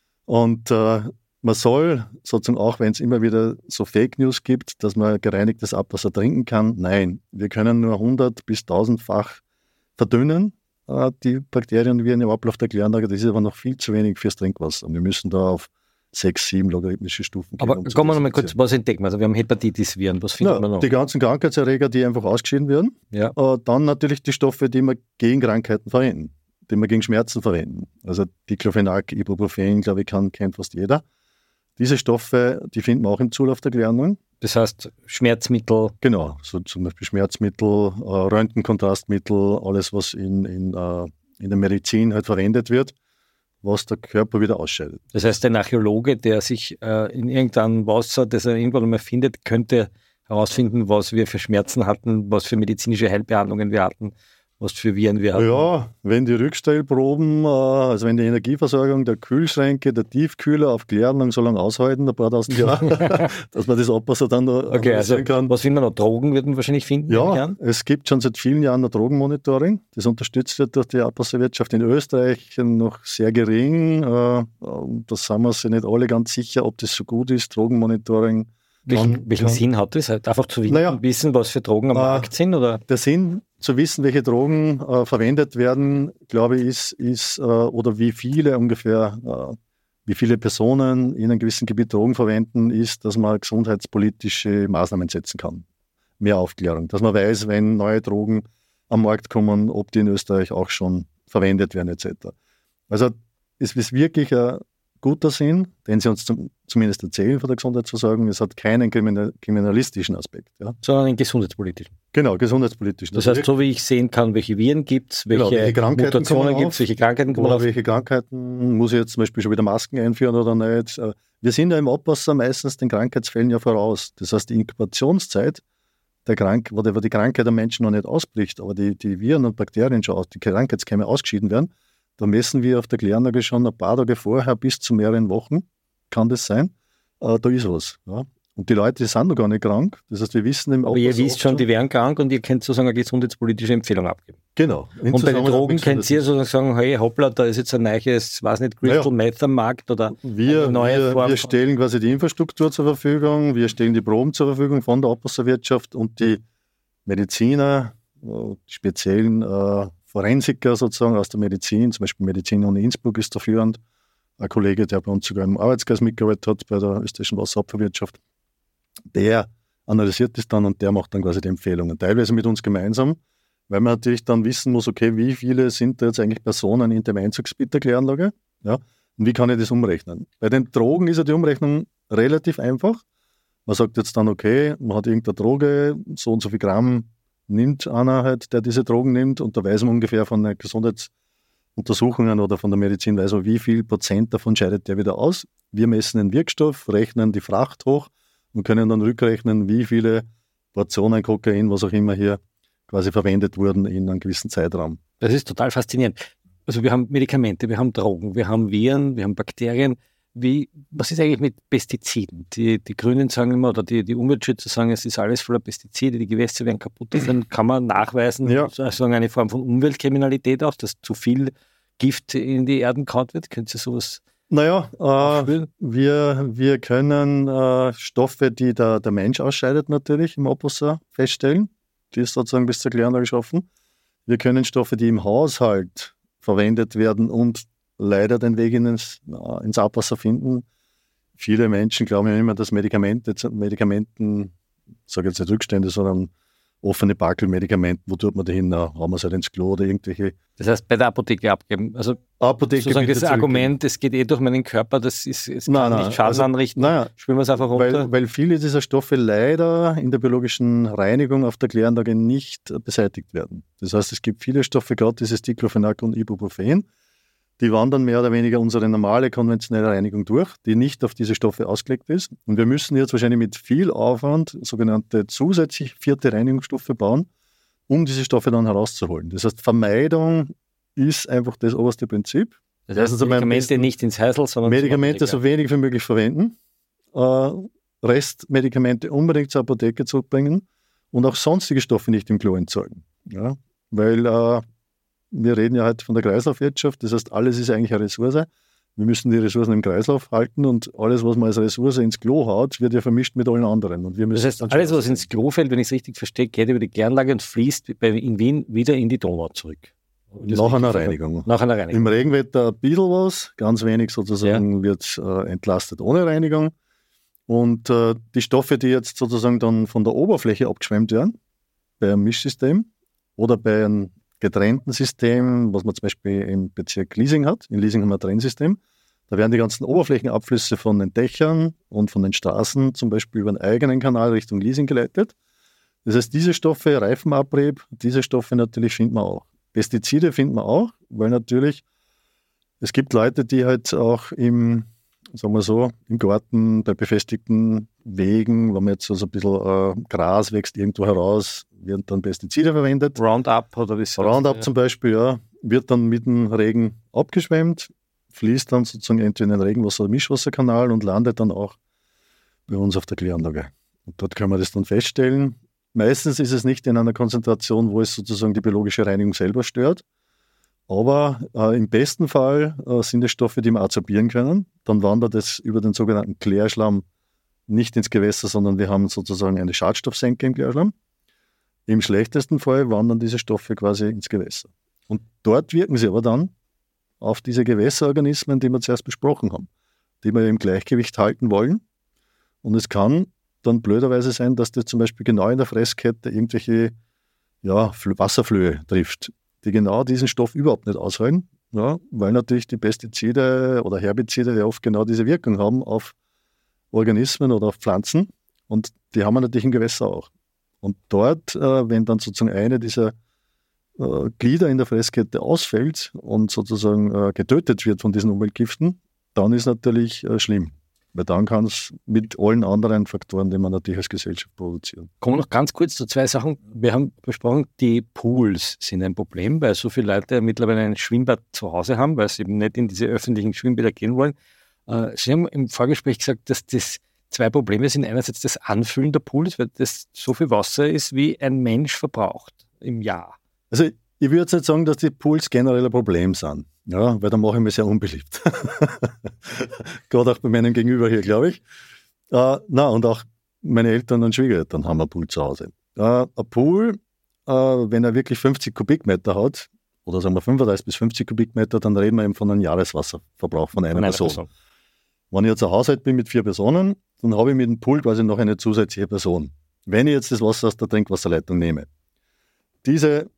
Speaker 5: Und man soll sozusagen auch, wenn es immer wieder so Fake News gibt, dass man gereinigtes Abwasser trinken kann, nein, wir können nur 100 bis 1000-fach verdünnen, die Bakterien wie im Ablauf der Kläranlage. Das ist aber noch viel zu wenig fürs Trinkwasser. Und wir müssen da auf 6, 7 logarithmische Stufen gehen.
Speaker 4: Aber kommen wir noch mal kurz, was entdecken wir? Also wir haben Hepatitis-Viren, was findet man noch? Die
Speaker 5: ganzen Krankheitserreger, die einfach ausgeschieden werden. Ja. Dann natürlich die Stoffe, die wir gegen Krankheiten verwenden, die wir gegen Schmerzen verwenden. Also Diclofenac, Ibuprofen, glaube ich, kennt fast jeder. Diese Stoffe, die finden wir auch im Zulauf der Klärung.
Speaker 4: Das heißt Schmerzmittel?
Speaker 5: Genau, so zum Beispiel Schmerzmittel, Röntgenkontrastmittel, alles, was in der Medizin halt verwendet wird, was der Körper wieder ausscheidet.
Speaker 4: Das heißt, der Archäologe, der sich in irgendeinem Wasser, das er irgendwann mal findet, könnte herausfinden, was wir für Schmerzen hatten, was für medizinische Heilbehandlungen wir hatten, was für Viren wir hatten.
Speaker 5: Ja, wenn die Rückstellproben, also wenn die Energieversorgung der Kühlschränke, der Tiefkühler auf Kläranlagen so lange aushalten, ein paar tausend Jahre, dass man das Abwasser dann noch
Speaker 4: sehen kann. Was finden wir noch? Drogen wird man wahrscheinlich finden?
Speaker 5: Ja, es gibt schon seit vielen Jahren ein Drogenmonitoring. Das unterstützt wird durch die Abwasserwirtschaft in Österreich noch sehr gering. Da sind wir uns nicht alle ganz sicher, ob das so gut ist, Drogenmonitoring.
Speaker 4: Welchen Sinn hat das? Einfach zu wissen, was für Drogen am Markt sind? Oder?
Speaker 5: Der Sinn, zu wissen, welche Drogen verwendet werden, glaube ich, ist oder wie viele Personen in einem gewissen Gebiet Drogen verwenden, ist, dass man gesundheitspolitische Maßnahmen setzen kann. mehr Aufklärung, dass man weiß, wenn neue Drogen am Markt kommen, ob die in Österreich auch schon verwendet werden etc. Also es ist wirklich ein guter Sinn, den Sie uns zumindest erzählen von der Gesundheitsversorgung. Es hat keinen kriminalistischen Aspekt. Ja.
Speaker 4: Sondern einen gesundheitspolitischen.
Speaker 5: Genau, gesundheitspolitischen.
Speaker 4: Das heißt, so wie ich sehen kann, welche Viren gibt es, welche Mutationen gibt es, welche Krankheiten kommen auf.
Speaker 5: Welche Krankheiten, muss ich jetzt zum Beispiel schon wieder Masken einführen oder nicht. Wir sind ja im Abwasser meistens den Krankheitsfällen ja voraus. Das heißt, die Inkubationszeit, wo die Krankheit der Menschen noch nicht ausbricht, aber die Viren und Bakterien schon die Krankheitskeime ausgeschieden werden, da messen wir auf der Kläranlage schon ein paar Tage vorher bis zu mehreren Wochen, kann das sein, da ist was. Ja. Und die Leute, die sind noch gar nicht krank, das heißt, wir wissen im
Speaker 4: Aber ihr wisst schon, die wären krank und ihr könnt sozusagen eine gesundheitspolitische Empfehlung abgeben.
Speaker 5: Genau.
Speaker 4: Und bei den Drogen könnt ihr sozusagen sagen, hey, hoppla, da ist jetzt ein neues, weiß nicht, Crystal Meth am Markt oder
Speaker 5: eine neue Form. Wir stellen quasi die Infrastruktur zur Verfügung, wir stellen die Proben zur Verfügung von der Abwasserwirtschaft und die Mediziner, die speziellen Forensiker sozusagen aus der Medizin, zum Beispiel Medizin Uni Innsbruck ist da führend, ein Kollege, der bei uns sogar im Arbeitskreis mitgearbeitet hat bei der österreichischen Wasserabfuhrwirtschaft, der analysiert das dann und der macht dann quasi die Empfehlungen, teilweise mit uns gemeinsam, weil man natürlich dann wissen muss, okay, wie viele sind da jetzt eigentlich Personen in dem Einzugsgebiet der Kläranlage, ja, und wie kann ich das umrechnen? Bei den Drogen ist ja die Umrechnung relativ einfach. Man sagt jetzt dann, okay, man hat irgendeine Droge, so und so viel Gramm nimmt einer halt, der diese Drogen nimmt, und da weiß man ungefähr von den Gesundheitsuntersuchungen oder von der Medizin, weiß man, wie viel Prozent davon scheidet der wieder aus. Wir messen den Wirkstoff, rechnen die Fracht hoch und können dann rückrechnen, wie viele Portionen Kokain, was auch immer hier quasi verwendet wurden in einem gewissen Zeitraum.
Speaker 4: Das ist total faszinierend. Also wir haben Medikamente, wir haben Drogen, wir haben Viren, wir haben Bakterien. Was ist eigentlich mit Pestiziden? Die Grünen sagen immer, oder die Umweltschützer sagen, es ist alles voller Pestizide, die Gewässer werden kaputt. Dann kann man nachweisen, sozusagen eine Form von Umweltkriminalität auch, dass zu viel Gift in die Erden gehauen wird. Können Sie sowas?
Speaker 5: Naja, wir können Stoffe, die der Mensch ausscheidet, natürlich im Abwasser feststellen. Die ist sozusagen bis zur Kläranlage geschaffen. Wir können Stoffe, die im Haushalt verwendet werden und leider den Weg ins Abwasser finden. Viele Menschen glauben ja immer, dass Medikamenten, sage jetzt nicht Rückstände, sondern offene Backelmedikamenten, wo tut man die hin? Hauen wir es halt ins Klo oder irgendwelche.
Speaker 4: Das heißt, bei der Apotheke abgeben. Also sozusagen das Argument, es geht durch meinen Körper, es kann nicht Schaden anrichten. Spüren wir es einfach runter.
Speaker 5: Weil viele dieser Stoffe leider in der biologischen Reinigung auf der Kläranlage nicht beseitigt werden. Das heißt, es gibt viele Stoffe, gerade dieses Diclofenac und Ibuprofen, die wandern mehr oder weniger unsere normale konventionelle Reinigung durch, die nicht auf diese Stoffe ausgelegt ist. Und wir müssen jetzt wahrscheinlich mit viel Aufwand sogenannte zusätzlich 4. Reinigungsstoffe bauen, um diese Stoffe dann herauszuholen. Das heißt, Vermeidung ist einfach das oberste Prinzip.
Speaker 4: Das heißt, also Medikamente nicht ins Häusl, sondern
Speaker 5: Medikamente so wenig wie möglich verwenden, Restmedikamente unbedingt zur Apotheke zurückbringen und auch sonstige Stoffe nicht im Klo entsorgen. Ja? Weil wir reden ja heute von der Kreislaufwirtschaft, das heißt, alles ist eigentlich eine Ressource. Wir müssen die Ressourcen im Kreislauf halten und alles, was man als Ressource ins Klo haut, wird ja vermischt mit allen anderen. Und wir müssen
Speaker 4: das heißt, alles, was ins Klo fällt, wenn ich es richtig verstehe, geht über die Kläranlage und fließt in Wien wieder in die Donau zurück.
Speaker 5: Nach einer Reinigung. Im Regenwetter ein bisschen was, ganz wenig sozusagen wird entlastet ohne Reinigung. Und die Stoffe, die jetzt sozusagen dann von der Oberfläche abgeschwemmt werden, bei einem Mischsystem oder bei einem getrennten System, was man zum Beispiel im Bezirk Liesing hat. In Liesing haben wir ein Trennsystem. Da werden die ganzen Oberflächenabflüsse von den Dächern und von den Straßen zum Beispiel über einen eigenen Kanal Richtung Liesing geleitet. Das heißt, diese Stoffe, Reifenabrieb, diese Stoffe natürlich finden wir auch. Pestizide finden wir auch, weil natürlich es gibt Leute, die halt auch im Garten bei befestigten Wegen, wenn man jetzt so ein bisschen Gras wächst irgendwo heraus, werden dann Pestizide verwendet.
Speaker 4: Roundup oder wie
Speaker 5: Roundup zum Beispiel, ja, wird dann mit dem Regen abgeschwemmt, fließt dann sozusagen entweder in den Regenwasser- oder Mischwasserkanal und landet dann auch bei uns auf der Kläranlage. Und dort können wir das dann feststellen. Meistens ist es nicht in einer Konzentration, wo es sozusagen die biologische Reinigung selber stört. Aber im besten Fall sind es Stoffe, die wir adsorbieren können. Dann wandert es über den sogenannten Klärschlamm nicht ins Gewässer, sondern wir haben sozusagen eine Schadstoffsenke im Klärschlamm. Im schlechtesten Fall wandern diese Stoffe quasi ins Gewässer. Und dort wirken sie aber dann auf diese Gewässerorganismen, die wir zuerst besprochen haben, die wir im Gleichgewicht halten wollen. Und es kann dann blöderweise sein, dass das zum Beispiel genau in der Fresskette irgendwelche Wasserflöhe trifft, die genau diesen Stoff überhaupt nicht aushalten, weil natürlich die Pestizide oder Herbizide ja oft genau diese Wirkung haben auf Organismen oder auf Pflanzen und die haben wir natürlich im Gewässer auch. Und dort, wenn dann sozusagen eine dieser Glieder in der Fresskette ausfällt und sozusagen getötet wird von diesen Umweltgiften, dann ist natürlich schlimm. Weil dann kann es mit allen anderen Faktoren, die man natürlich als Gesellschaft produzieren.
Speaker 4: Kommen wir noch ganz kurz zu zwei Sachen. Wir haben besprochen, die Pools sind ein Problem, weil so viele Leute mittlerweile ein Schwimmbad zu Hause haben, weil sie eben nicht in diese öffentlichen Schwimmbäder gehen wollen. Sie haben im Vorgespräch gesagt, dass das zwei Probleme sind. Einerseits das Anfüllen der Pools, weil das so viel Wasser ist, wie ein Mensch verbraucht im Jahr.
Speaker 5: Also ich würde jetzt nicht sagen, dass die Pools generell ein Problem sind. Ja, weil dann mache ich mich sehr unbeliebt. Gerade auch bei meinem Gegenüber hier, glaube ich. Und auch meine Eltern und Schwiegereltern haben einen Pool zu Hause. Ein Pool, wenn er wirklich 50 Kubikmeter hat, oder sagen wir 35 bis 50 Kubikmeter, dann reden wir eben von einem Jahreswasserverbrauch von einer Person. Wenn ich jetzt ein Haushalt bin mit 4 Personen, dann habe ich mit dem Pool quasi noch eine zusätzliche Person. Wenn ich jetzt das Wasser aus der Trinkwasserleitung nehme, diese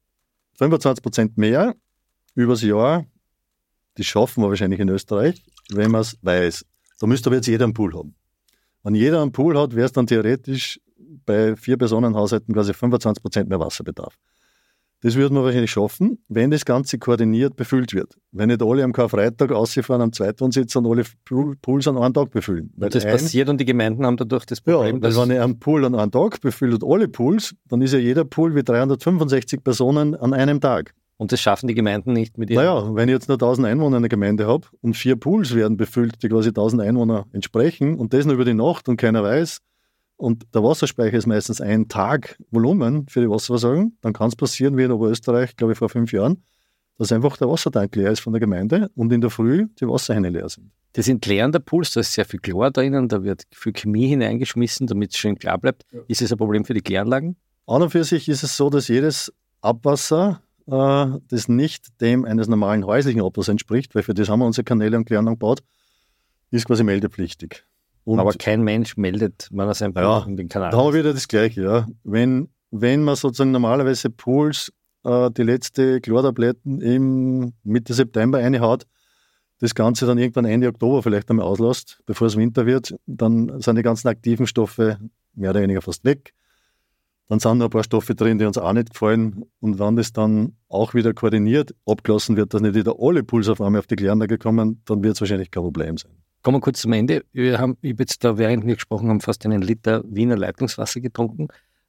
Speaker 5: 25% mehr übers Jahr, die schaffen wir wahrscheinlich in Österreich, wenn man es weiß. Da müsste aber jetzt jeder einen Pool haben. Wenn jeder einen Pool hat, wäre es dann theoretisch bei 4 Personenhaushalten quasi 25% mehr Wasserbedarf. Das würde man wahrscheinlich schaffen, wenn das Ganze koordiniert befüllt wird. Wenn nicht alle am Karfreitag rausfahren, am Zweitwohnsitz und alle Pools an einem Tag befüllen.
Speaker 4: Weil das passiert und die Gemeinden haben dadurch das Problem.
Speaker 5: Ja, weil wenn ich einen Pool an einem Tag befüllt und alle Pools, dann ist ja jeder Pool wie 365 Personen an einem Tag.
Speaker 4: Und das schaffen die Gemeinden nicht mit ihren...
Speaker 5: Naja, wenn ich jetzt nur 1000 Einwohner in der Gemeinde habe und 4 Pools werden befüllt, die quasi 1000 Einwohner entsprechen und das nur über die Nacht und keiner weiß, und der Wasserspeicher ist meistens ein Tag Volumen für die Wasserversorgung, dann kann es passieren, wie in Oberösterreich, glaube ich, vor 5 Jahren, dass einfach der Wassertank leer ist von der Gemeinde und in der Früh die Wasserhähne leer sind.
Speaker 4: Das Entleeren der Pools, da ist sehr viel Chlor drinnen, da wird viel Chemie hineingeschmissen, damit es schön klar bleibt. Ja. Ist es ein Problem für die Kläranlagen?
Speaker 5: An und für sich ist es so, dass jedes Abwasser, das nicht dem eines normalen häuslichen Abwassers entspricht, weil für das haben wir unsere Kanäle und Kläranlagen gebaut, ist quasi meldepflichtig. Und
Speaker 4: aber kein Mensch meldet, wenn er sein Pool in den Kanal
Speaker 5: da haben wir wieder das Gleiche. Ja. Wenn man sozusagen normalerweise Pools die letzte Chlortabletten im Mitte September reinhaut, das Ganze dann irgendwann Ende Oktober vielleicht einmal auslässt, bevor es Winter wird, dann sind die ganzen aktiven Stoffe mehr oder weniger fast weg. Dann sind noch ein paar Stoffe drin, die uns auch nicht gefallen. Und wenn das dann auch wieder koordiniert abgelassen wird, dass nicht wieder alle Pools auf einmal auf die Kläranlage kommen, dann wird es wahrscheinlich kein Problem sein.
Speaker 4: Kommen wir kurz zum Ende. Ich habe jetzt da, während wir gesprochen haben, fast einen Liter Wiener Leitungswasser getrunken.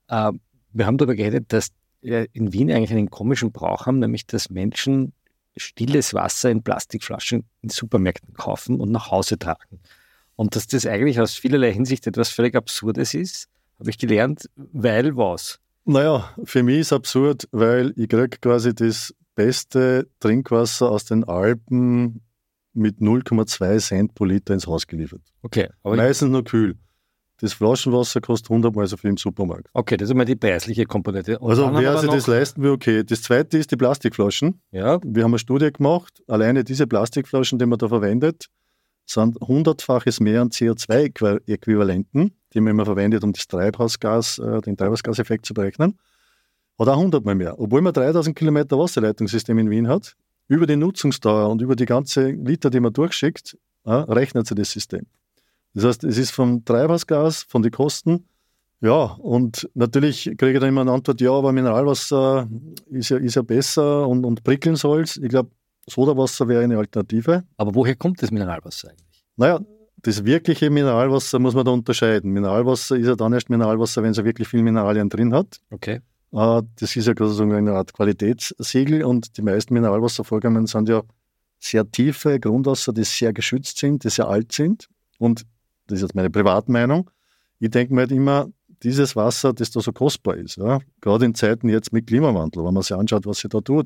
Speaker 4: Wir haben darüber geredet, dass wir in Wien eigentlich einen komischen Brauch haben, nämlich dass Menschen stilles Wasser in Plastikflaschen in Supermärkten kaufen und nach Hause tragen. Und dass das eigentlich aus vielerlei Hinsicht etwas völlig Absurdes ist, habe ich gelernt, weil was?
Speaker 5: Naja, für mich ist es absurd, weil ich kriege quasi das beste Trinkwasser aus den Alpen mit 0,2 Cent pro Liter ins Haus geliefert.
Speaker 4: Okay. Aber
Speaker 5: meistens nur kühl. Das Flaschenwasser kostet 100-mal so viel im Supermarkt.
Speaker 4: Okay, das ist einmal die preisliche Komponente. Und
Speaker 5: also wer sich das leisten will, okay. Das zweite ist die Plastikflaschen.
Speaker 4: Ja.
Speaker 5: Wir haben eine Studie gemacht, alleine diese Plastikflaschen, die man da verwendet, sind 100-faches mehr an CO2-Äquivalenten, die man immer verwendet, um den Treibhausgaseffekt zu berechnen. Hat auch 100-mal mehr. Obwohl man 3000 Kilometer Wasserleitungssystem in Wien hat, über die Nutzungsdauer und über die ganze Liter, die man durchschickt, rechnet sich das System. Das heißt, es ist vom Treibhausgas, von den Kosten, ja, und natürlich kriege ich dann immer eine Antwort, ja, aber Mineralwasser ist ja besser und prickeln soll es. Ich glaube, Sodawasser wäre eine Alternative.
Speaker 4: Aber woher kommt das Mineralwasser eigentlich?
Speaker 5: Naja, das wirkliche Mineralwasser muss man da unterscheiden. Mineralwasser ist ja dann erst Mineralwasser, wenn es ja wirklich viel Mineralien drin hat.
Speaker 4: Okay.
Speaker 5: Das ist ja sozusagen eine Art Qualitätssiegel und die meisten Mineralwasservorkommen sind ja sehr tiefe Grundwasser, die sehr geschützt sind, die sehr alt sind. Und das ist jetzt meine Privatmeinung. Ich denke mir halt immer, dieses Wasser, das da so kostbar ist, ja, gerade in Zeiten jetzt mit Klimawandel, wenn man sich anschaut, was sich da tut,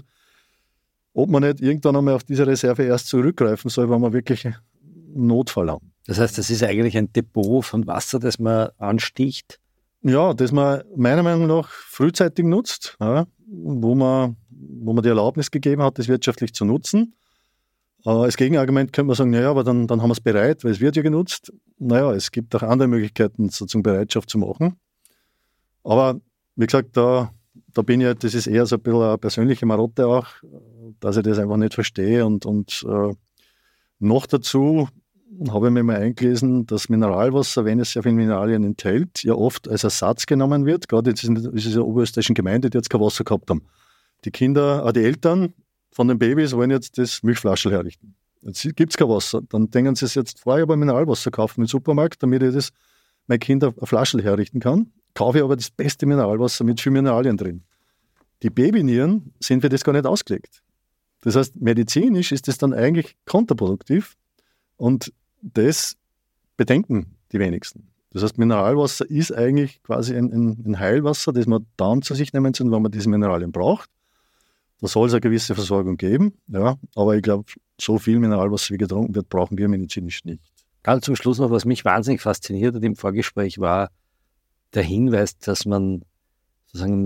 Speaker 5: ob man nicht irgendwann einmal auf diese Reserve erst zurückgreifen soll, wenn wir wirklich einen Notfall haben.
Speaker 4: Das heißt, das ist eigentlich ein Depot von Wasser, das man ansticht?
Speaker 5: Ja, das man meiner Meinung nach frühzeitig nutzt, ja, wo man die Erlaubnis gegeben hat, das wirtschaftlich zu nutzen. Als Gegenargument könnte man sagen, naja, aber dann haben wir es bereit, weil es wird ja genutzt. Naja, es gibt auch andere Möglichkeiten, sozusagen Bereitschaft zu machen. Aber wie gesagt, da bin ich, das ist eher so ein bisschen eine persönliche Marotte auch, dass ich das einfach nicht verstehe. Und noch dazu habe ich mir mal eingelesen, dass Mineralwasser, wenn es sehr viele Mineralien enthält, ja oft als Ersatz genommen wird. Gerade jetzt ist es eine oberösterreichische Gemeinde, die jetzt kein Wasser gehabt haben. Die Eltern von den Babys wollen jetzt das Milchflaschel herrichten. Jetzt gibt es kein Wasser. Dann denken sie es jetzt vor, ich habe Mineralwasser kaufen im Supermarkt, damit ich das mein Kind eine Flaschel herrichten kann. Kaufe ich aber das beste Mineralwasser mit viel Mineralien drin. Die Babynieren sind für das gar nicht ausgelegt. Das heißt, medizinisch ist das dann eigentlich kontraproduktiv und das bedenken die wenigsten. Das heißt, Mineralwasser ist eigentlich quasi ein Heilwasser, das man dann zu sich nehmen soll, wenn man diese Mineralien braucht. Da soll es eine gewisse Versorgung geben, ja, aber ich glaube, so viel Mineralwasser wie getrunken wird, brauchen wir medizinisch nicht.
Speaker 4: Ganz zum Schluss noch, was mich wahnsinnig fasziniert hat im Vorgespräch, war der Hinweis, dass man sozusagen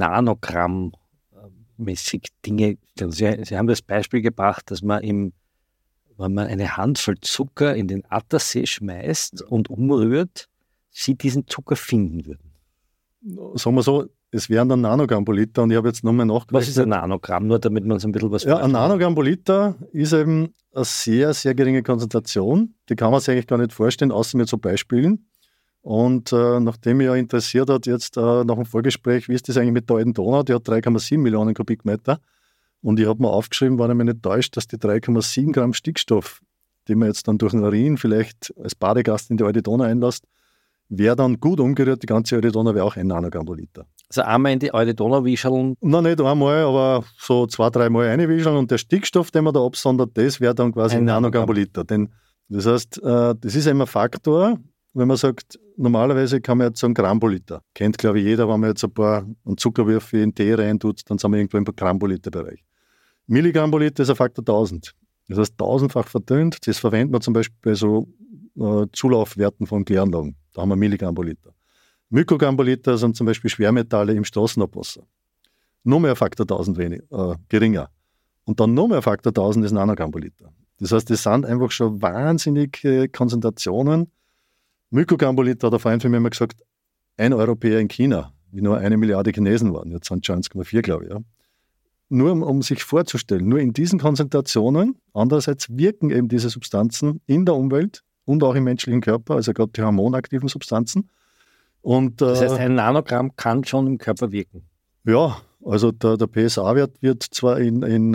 Speaker 4: Nanogramm-mäßig Dinge, Sie haben das Beispiel gebracht, dass man wenn man eine Handvoll Zucker in den Attersee schmeißt und umrührt, Sie diesen Zucker finden würden.
Speaker 5: Sagen wir so, es wären dann Nanogramm pro Liter und ich habe jetzt nochmal nachgedacht.
Speaker 4: Was ist ein Nanogramm, nur damit man so ein bisschen was
Speaker 5: Ja, ein Nanogramm pro Liter ist eben eine sehr, sehr geringe Konzentration. Die kann man sich eigentlich gar nicht vorstellen, außer mit so Beispielen. Und nachdem mich ja interessiert hat, jetzt nach dem Vorgespräch, wie ist das eigentlich mit der alten Donau? Die hat 3,7 Millionen Kubikmeter. Und ich habe mir aufgeschrieben, wenn ich mich nicht täusche, dass die 3,7 Gramm Stickstoff, die man jetzt dann durch einen Urin vielleicht als Badegast in die alte Donau einlässt, wäre dann gut umgerührt, die ganze alte Donau wäre auch 1 Nanogramm pro Liter.
Speaker 4: Also einmal in die alte Donau wischeln?
Speaker 5: Nein, nicht einmal, aber so 2-3 Mal reinwischeln und der Stickstoff, den man da absondert, das wäre dann quasi 1 Nanogramm pro Liter. Denn das heißt, das ist immer ein Faktor, wenn man sagt, normalerweise kann man jetzt sagen Gramm pro Liter. Kennt, glaube ich, jeder, wenn man jetzt ein paar Zuckerwürfel in Tee rein tut, dann sind wir irgendwo im Gramm pro Liter Bereich. Milligramm pro Liter ist ein Faktor 1000. Das heißt, 1000-fach verdünnt. Das verwendet man zum Beispiel bei so Zulaufwerten von Kläranlagen. Da haben wir Milligramm pro Liter. Mikrogramm pro Liter sind zum Beispiel Schwermetalle im Straßenabwasser. Nur mehr Faktor 1000 geringer. Und dann nur mehr Faktor 1000 ist Nanogramm pro Liter. Das heißt, das sind einfach schon wahnsinnige Konzentrationen. Mikrogramm pro Liter hat der Freund von mir immer gesagt, ein Europäer in China, wie nur 1 Milliarde Chinesen waren. Jetzt sind es schon 1,4, glaube ich. Ja. Nur um sich vorzustellen, nur in diesen Konzentrationen, andererseits wirken eben diese Substanzen in der Umwelt und auch im menschlichen Körper, also gerade die hormonaktiven Substanzen. Und,
Speaker 4: das heißt, 1 Nanogramm kann schon im Körper wirken?
Speaker 5: Ja, also der PSA-Wert wird zwar in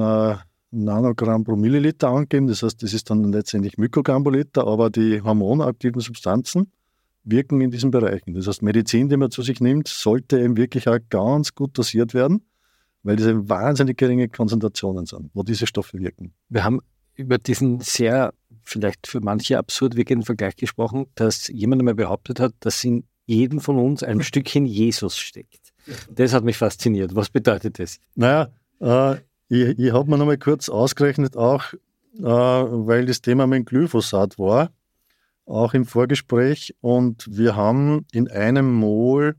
Speaker 5: Nanogramm pro Milliliter angegeben, das heißt, das ist dann letztendlich Mikrogramm pro Liter, aber die hormonaktiven Substanzen wirken in diesen Bereichen. Das heißt, Medizin, die man zu sich nimmt, sollte eben wirklich auch ganz gut dosiert werden, weil diese wahnsinnig geringe Konzentrationen sind, wo diese Stoffe wirken.
Speaker 4: Wir haben über diesen sehr, vielleicht für manche absurd wirkenden Vergleich gesprochen, dass jemand einmal behauptet hat, dass in jedem von uns ein Stückchen Jesus steckt. Das hat mich fasziniert. Was bedeutet das?
Speaker 5: Naja, ich habe mir noch mal kurz ausgerechnet, auch weil das Thema mit Glyphosat war, auch im Vorgespräch, und wir haben in einem Mol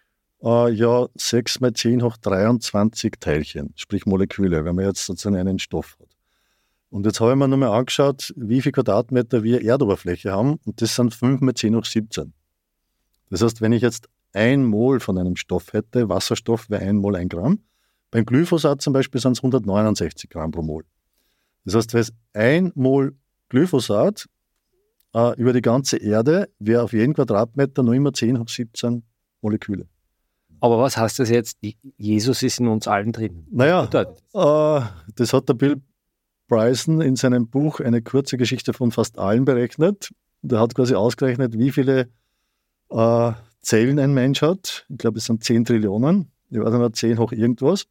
Speaker 5: 6 mal 10 hoch 23 Teilchen, sprich Moleküle, wenn man jetzt sozusagen einen Stoff hat. Und jetzt habe ich mir nochmal angeschaut, wie viel Quadratmeter wir Erdoberfläche haben, und das sind 5 mal 10 hoch 17. Das heißt, wenn ich jetzt 1 Mol von einem Stoff hätte, Wasserstoff wäre 1 Mol 1 Gramm, beim Glyphosat zum Beispiel sind es 169 Gramm pro Mol. Das heißt, wenn es 1 Mol Glyphosat über die ganze Erde wäre auf jeden Quadratmeter noch immer 10 hoch 17 Moleküle.
Speaker 4: Aber was heißt das jetzt? Jesus ist in uns allen drin.
Speaker 5: Naja, das hat der Bill Bryson in seinem Buch Eine kurze Geschichte von fast allen berechnet. Der hat quasi ausgerechnet, wie viele Zellen ein Mensch hat. Ich glaube, es sind 10 Trillionen. Ich weiß nicht, 10 hoch irgendwas.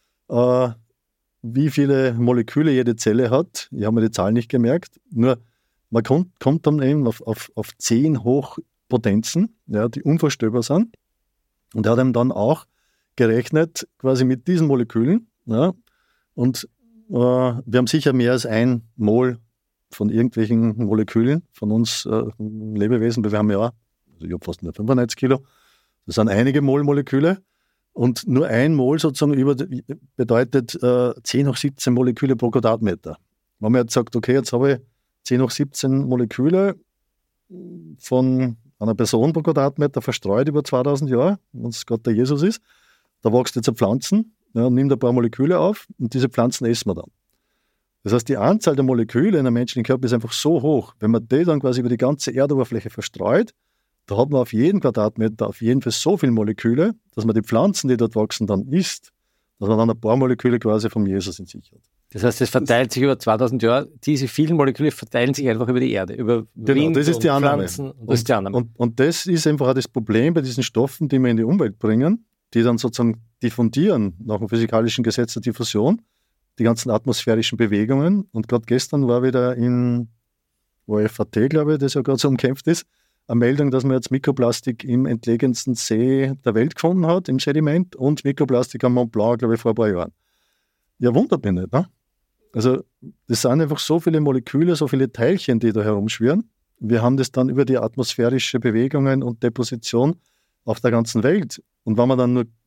Speaker 5: Wie viele Moleküle jede Zelle hat. Ich habe mir die Zahl nicht gemerkt. Nur man kommt dann eben auf 10 Hochpotenzen, ja, die unvorstellbar sind. Und er hat ihm dann auch gerechnet, quasi mit diesen Molekülen. Ja, und wir haben sicher mehr als 1 Mol von irgendwelchen Molekülen von uns Lebewesen, weil wir haben ja, also ich habe fast nur 95 Kilo, das sind einige Mol-Moleküle. Und nur 1 Mol sozusagen bedeutet 10 hoch 17 Moleküle pro Quadratmeter. Wenn man jetzt sagt, okay, jetzt habe ich 10 hoch 17 Moleküle von einer Person pro Quadratmeter verstreut über 2000 Jahre, wenn es gerade der Jesus ist, da wächst jetzt eine Pflanzen, ja, nimmt ein paar Moleküle auf und diese Pflanzen essen wir dann. Das heißt, die Anzahl der Moleküle in einem menschlichen Körper ist einfach so hoch, wenn man die dann quasi über die ganze Erdoberfläche verstreut, da hat man auf jeden Quadratmeter auf jeden Fall so viele Moleküle, dass man die Pflanzen, die dort wachsen, dann isst, dass man dann ein paar Moleküle quasi vom Jesus in sich hat.
Speaker 4: Das heißt, es verteilt sich über 2000 Jahre, diese vielen Moleküle verteilen sich einfach über die Erde, über Wind
Speaker 5: das ist die Annahme.
Speaker 4: Pflanzen. Und das ist die Annahme.
Speaker 5: Und das ist einfach auch das Problem bei diesen Stoffen, die wir in die Umwelt bringen, die dann sozusagen diffundieren nach dem physikalischen Gesetz der Diffusion, die ganzen atmosphärischen Bewegungen. Und gerade gestern war wieder in FAT, glaube ich, das ja gerade so umkämpft ist, eine Meldung, dass man jetzt Mikroplastik im entlegensten See der Welt gefunden hat, im Sediment, und Mikroplastik am Mont Blanc, glaube ich, vor ein paar Jahren. Ja, wundert mich nicht, ne? Also das sind einfach so viele Moleküle, so viele Teilchen, die da herumschwirren. Wir haben das dann über die atmosphärische Bewegungen und Deposition auf der ganzen Welt. Und wenn wir dann nur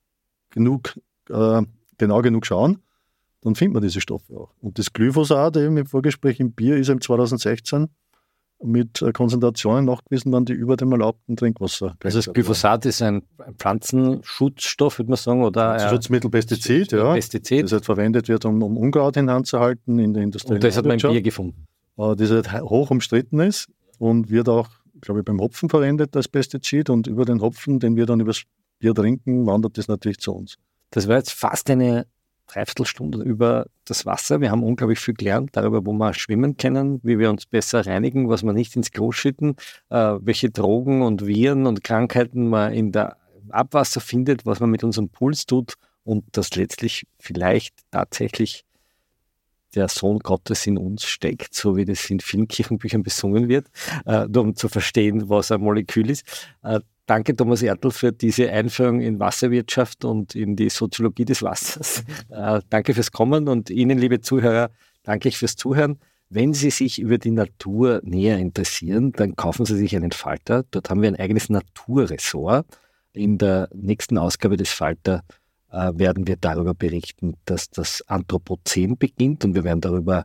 Speaker 5: genau genug schauen, dann findet man diese Stoffe auch. Und das Glyphosat eben im Vorgespräch im Bier ist im 2016 mit Konzentrationen nachgewiesen worden, die über dem erlaubten Trinkwasser.
Speaker 4: Also das Glyphosat ist ein Pflanzenschutzstoff, würde man sagen, oder
Speaker 5: Schutzmittel, Pestizid, ja.
Speaker 4: Pestizid.
Speaker 5: Das halt verwendet wird, um Unkraut hineinzuhalten in der Industrie.
Speaker 4: Und das hat man im Bier gefunden.
Speaker 5: Das halt hoch umstritten ist und wird auch, glaube ich, beim Hopfen verwendet als Pestizid, und über den Hopfen, den wir dann übers Bier trinken, wandert das natürlich zu uns.
Speaker 4: Das war jetzt fast eine Dreiviertelstunde über das Wasser. Wir haben unglaublich viel gelernt darüber, wo wir schwimmen können, wie wir uns besser reinigen, was wir nicht ins Klo schütten, welche Drogen und Viren und Krankheiten man in der Abwasser findet, was man mit unserem Puls tut und dass letztlich vielleicht tatsächlich der Sohn Gottes in uns steckt, so wie das in vielen Kirchenbüchern besungen wird, nur um zu verstehen, was ein Molekül ist. Danke, Thomas Ertl, für diese Einführung in Wasserwirtschaft und in die Soziologie des Wassers. Danke fürs Kommen, und Ihnen, liebe Zuhörer, danke fürs Zuhören. Wenn Sie sich über die Natur näher interessieren, dann kaufen Sie sich einen Falter. Dort haben wir ein eigenes Naturressort. In der nächsten Ausgabe des Falter werden wir darüber berichten, dass das Anthropozän beginnt, und wir werden darüber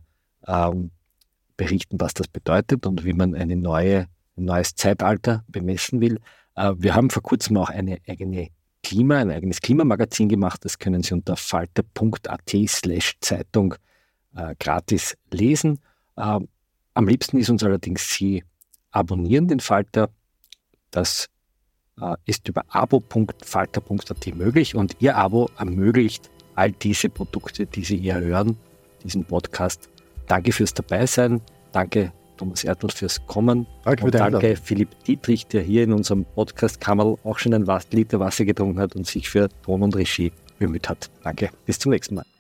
Speaker 4: berichten, was das bedeutet und wie man ein neues Zeitalter bemessen will. Wir haben vor kurzem auch ein eigenes Klimamagazin gemacht. Das können Sie unter falter.at/Zeitung gratis lesen. Am liebsten ist uns allerdings, Sie abonnieren den Falter. Das ist über abo.falter.at möglich, und Ihr Abo ermöglicht all diese Produkte, die Sie hier hören, diesen Podcast. Danke fürs Dabeisein. Danke, Thomas Ertl, fürs Kommen. Danke Philipp Dietrich, der hier in unserem Podcast-Kammerl auch schon ein Liter Wasser getrunken hat und sich für Ton und Regie bemüht hat. Danke, bis zum nächsten Mal.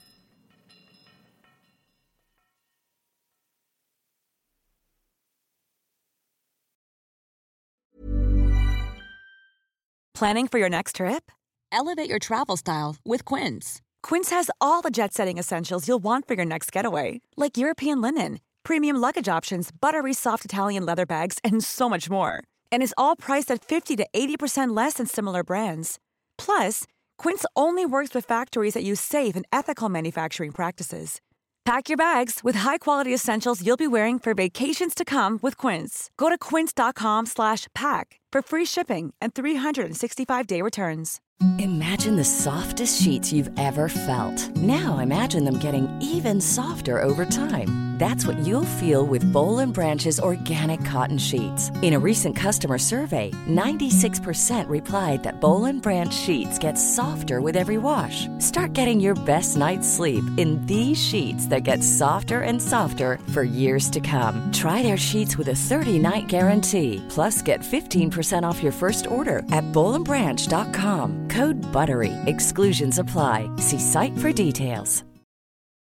Speaker 8: Planning for your next trip? Elevate your travel style with Quince. Quince has all the jet-setting essentials you'll want for your next getaway, like European linen, premium luggage options, buttery soft Italian leather bags, and so much more. And is all priced at 50 to 80% less than similar brands. Plus, Quince only works with factories that use safe and ethical manufacturing practices. Pack your bags with high-quality essentials you'll be wearing for vacations to come with Quince. Go to quince.com/pack for free shipping and 365-day returns.
Speaker 9: Imagine the softest sheets you've ever felt. Now imagine them getting even softer over time. That's what you'll feel with Boll & Branch's organic cotton sheets. In a recent customer survey, 96% replied that Boll & Branch sheets get softer with every wash. Start getting your best night's sleep in these sheets that get softer and softer for years to come. Try their sheets with a 30-night guarantee. Plus, get 15% off your first order at bollandbranch.com. Code BUTTERY. Exclusions apply. See site for details.